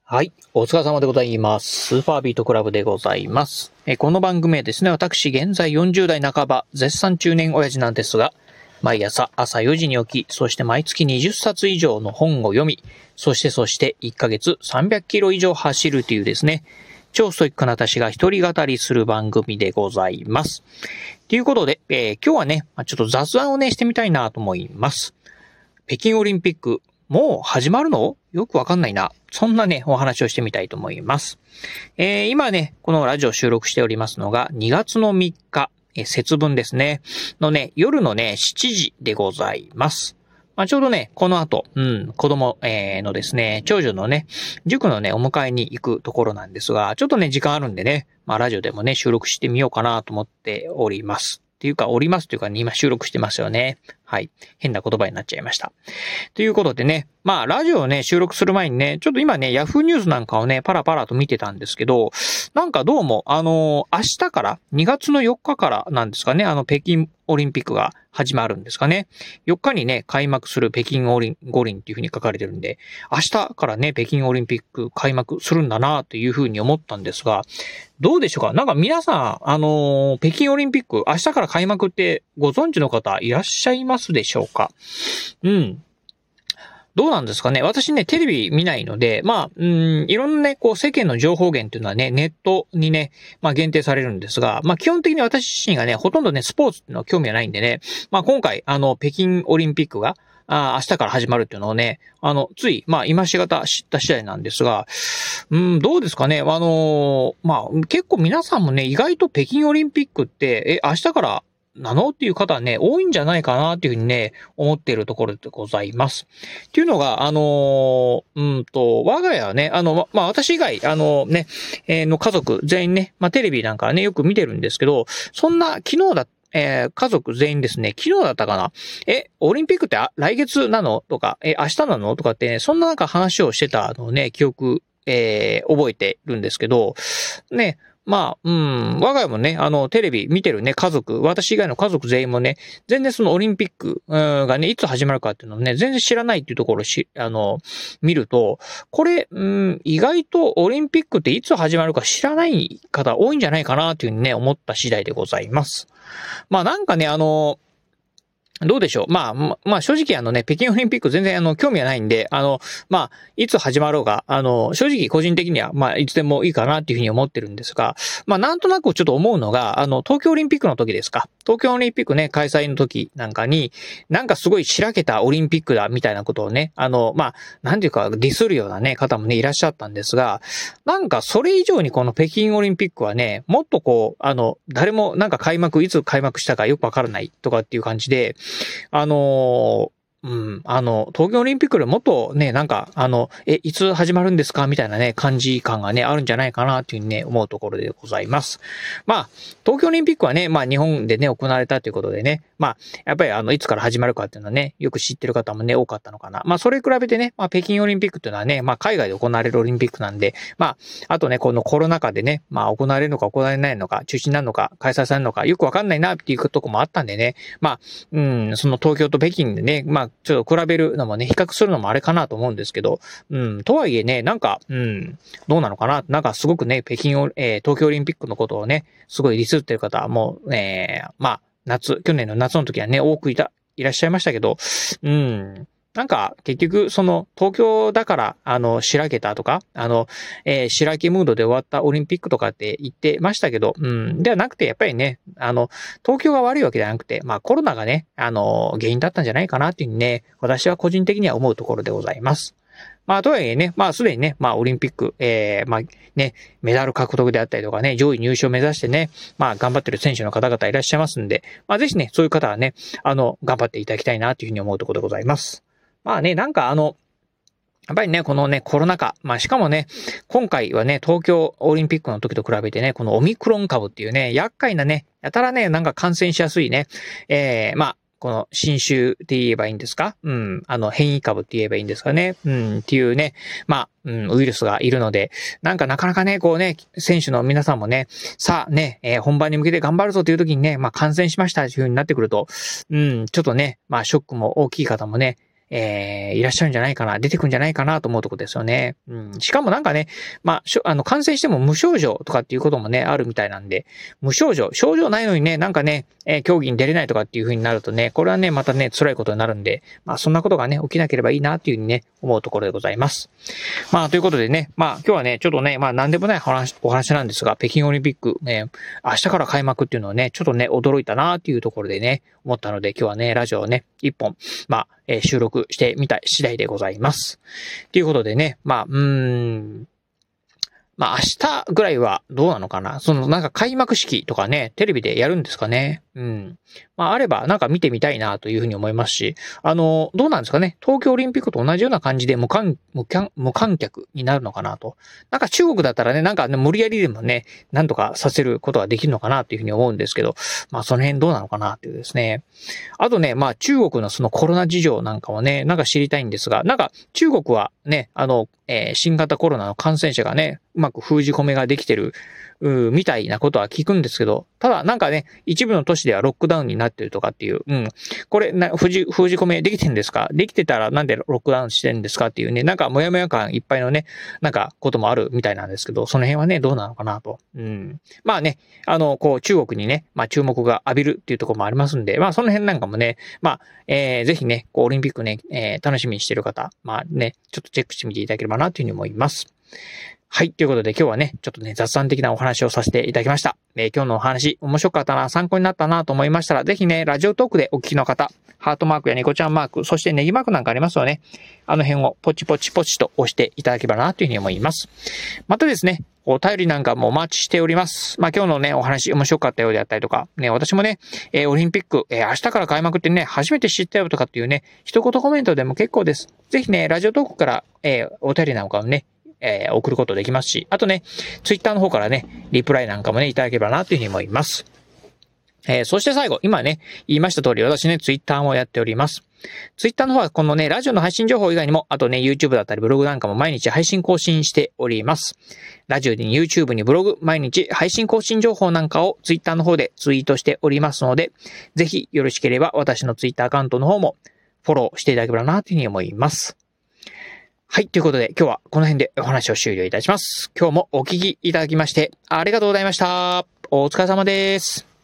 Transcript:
はい。お疲れ様でございます。スーパービートクラブでございます。この番組はですね、私、現在40代半ば、絶賛中年親父なんですが、毎朝4時に起き、そして毎月20冊以上の本を読み、そして1ヶ月300キロ以上走るというですね、超ストイックな私が一人語りする番組でございます。ということで、今日はね、ちょっと雑談をね、してみたいなと思います。北京オリンピック、もう始まるの？よくわかんないな。そんなね、お話をしてみたいと思います。今ね、このラジオ収録しておりますのが2月の3日、節分ですね。のね、夜のね、7時でございます。ちょうどね、この後、子供、のですね、長女のね、塾のね、お迎えに行くところなんですが、ちょっとね、時間あるんでね、ラジオでもね、収録してみようかなと思っております。っていうか、おりますというか、今収録してますよね。はい。変な言葉になっちゃいました。ということでね、ラジオをね、収録する前にね、ちょっと今ね、ヤフーニュースなんかをね、パラパラと見てたんですけど、なんかどうも、明日から、2月の4日からなんですかね、北京オリンピックが始まるんですかね。4日にね、開幕する北京五輪っていう風に書かれてるんで、明日からね、北京オリンピック開幕するんだなという風に思ったんですが、どうでしょうか？なんか皆さん、北京オリンピック、明日から開幕ってご存知の方いらっしゃいますでしょうか？どうなんですかね。私ね、テレビ見ないので、いろんなね、こう、世間の情報源っていうのはね、ネットにね、限定されるんですが、基本的に私自身がね、ほとんどね、スポーツっていうのは興味はないんでね、今回、北京オリンピックが、明日から始まるっていうのをね、つい、今しがた知った次第なんですが、どうですかね。結構皆さんもね、意外と北京オリンピックって、明日からなのっていう方はね、多いんじゃないかなっていうふうにね、思っているところでございます。っていうのが、我が家はね、私以外、の家族全員ね、テレビなんかね、よく見てるんですけど、そんな、昨日だ家族全員ですね、昨日だったかな。オリンピックって来月なのとか、明日なのとかってね、そんななんか話をしてたのをね、記憶、覚えてるんですけど、ね、我が家もね、テレビ見てるね、家族、私以外の家族全員もね、全然そのオリンピックがね、いつ始まるかっていうのをね、全然知らないっていうところを見ると、これ、意外とオリンピックっていつ始まるか知らない方多いんじゃないかなというふうにね、思った次第でございます。なんかね、どうでしょう。正直北京オリンピック全然興味はないんで、いつ始まろうが、正直個人的には、いつでもいいかなっていうふうに思ってるんですが、なんとなくちょっと思うのが、東京オリンピックの時ですか。東京オリンピックね、開催の時なんかに、なんかすごいしらけたオリンピックだ、みたいなことをね、なんていうか、ディスるようなね、方もね、いらっしゃったんですが、なんかそれ以上にこの北京オリンピックはね、もっとこう、誰もなんかいつ開幕したかよくわからないとかっていう感じで、東京オリンピックでもっとね、なんか、いつ始まるんですかみたいなね、感じ感がね、あるんじゃないかなというふうにね、思うところでございます。東京オリンピックはね、日本でね、行われたということでね、やっぱりいつから始まるかっていうのはね、よく知ってる方もね、多かったのかな。それに比べてね、北京オリンピックっていうのはね、海外で行われるオリンピックなんで、あとね、このコロナ禍でね、行われるのか行われないのか、中止になるのか、開催されるのか、よくわかんないなっていうとこもあったんでね、その東京と北京でね、ちょっと比べるのもね、比較するのもあれかなと思うんですけど、とはいえね、なんか、どうなのかな、なんかすごくね、東京オリンピックのことをね、すごいディスってる方も、去年の夏の時はね、多くいらっしゃいましたけど、なんか、結局、その、東京だから、しらけたとか、しらけムードで終わったオリンピックとかって言ってましたけど、ではなくて、やっぱりね、東京が悪いわけじゃなくて、コロナがね、原因だったんじゃないかなっていうふうにね、私は個人的には思うところでございます。とはいえね、すでにね、オリンピック、メダル獲得であったりとかね、上位入賞を目指してね、頑張ってる選手の方々いらっしゃいますんで、ぜひね、そういう方はね、頑張っていただきたいなというふうに思うところでございます。なんかやっぱりね、このね、コロナ禍。しかもね、今回はね、東京オリンピックの時と比べてね、このオミクロン株っていうね、厄介なね、やたらね、なんか感染しやすいね、この新種って言えばいいんですか？変異株って言えばいいんですかね？っていうね、ウイルスがいるので、なんかなかなかね、こうね、選手の皆さんもね、さあね、本番に向けて頑張るぞという時にね、感染しましたという風になってくると、ちょっとね、ショックも大きい方もね、 いらっしゃるんじゃないかな、出てくるんじゃないかなと思うところですよね。しかもなんかね、感染しても無症状とかっていうこともね、あるみたいなんで、症状ないのにね、なんかね、競技に出れないとかっていう風になるとね、これはね、またね、辛いことになるんで、そんなことがね、起きなければいいなっていう風にね、思うところでございます。ということでね、今日はね、ちょっとね、なんでもないお話なんですが、北京オリンピック、明日から開幕っていうのはね、ちょっとね、驚いたなっていうところでね、思ったので、今日はね、ラジオをね、一本、収録してみたい次第でございます。ということでね、明日ぐらいはどうなのかな、なんか開幕式とかね、テレビでやるんですかね。あればなんか見てみたいなというふうに思いますし、どうなんですかね。東京オリンピックと同じような感じで無観客になるのかなと。なんか中国だったらね、なんかね、無理やりでもね、なんとかさせることができるのかなというふうに思うんですけど、その辺どうなのかなっていうですね。あとね、中国のそのコロナ事情なんかもね、なんか知りたいんですが、なんか中国はね、新型コロナの感染者がね、うまく封じ込めができてる、みたいなことは聞くんですけど、ただなんかね、一部の都市ではロックダウンになってるとかっていう、これ封じ込めできてんですか？できてたらなんでロックダウンしてんですかっていうね、なんかもやもや感いっぱいのね、なんかこともあるみたいなんですけど、その辺はね、どうなのかなと。中国にね、注目が浴びるっていうところもありますんで、その辺なんかもね、ぜひね、オリンピックね、楽しみにしてる方、ちょっとチェックしてみていただければなというふうに思います。はい。ということで今日はね、ちょっとね、雑談的なお話をさせていただきました。今日のお話、面白かったな、参考になったなと思いましたら、ぜひね、ラジオトークでお聞きの方、ハートマークやニコちゃんマーク、そしてネギマークなんかありますよね。あの辺をポチポチポチと押していただければなというふうに思います。またですね、お便りなんかもお待ちしております。今日のね、お話面白かったようであったりとか、ね、私もね、オリンピック、明日から開幕ってね、初めて知ったよとかっていうね、一言コメントでも結構です。ぜひね、ラジオトークから、お便りなんかをね、送ることできますし、あとね、ツイッターの方からね、リプライなんかもね、いただければなというふうに思います。そして最後、今ね、言いました通り、私ね、ツイッターもやっております。ツイッターの方はこのね、ラジオの配信情報以外にも、あとね、YouTube だったりブログなんかも毎日配信更新しております。ラジオに YouTube にブログ、毎日配信更新情報なんかをツイッターの方でツイートしておりますので、ぜひよろしければ私のツイッターアカウントの方もフォローしていただければなというふうに思います。はい。ということで、今日はこの辺でお話を終了いたします。今日もお聞きいただきまして、ありがとうございました。お疲れ様です。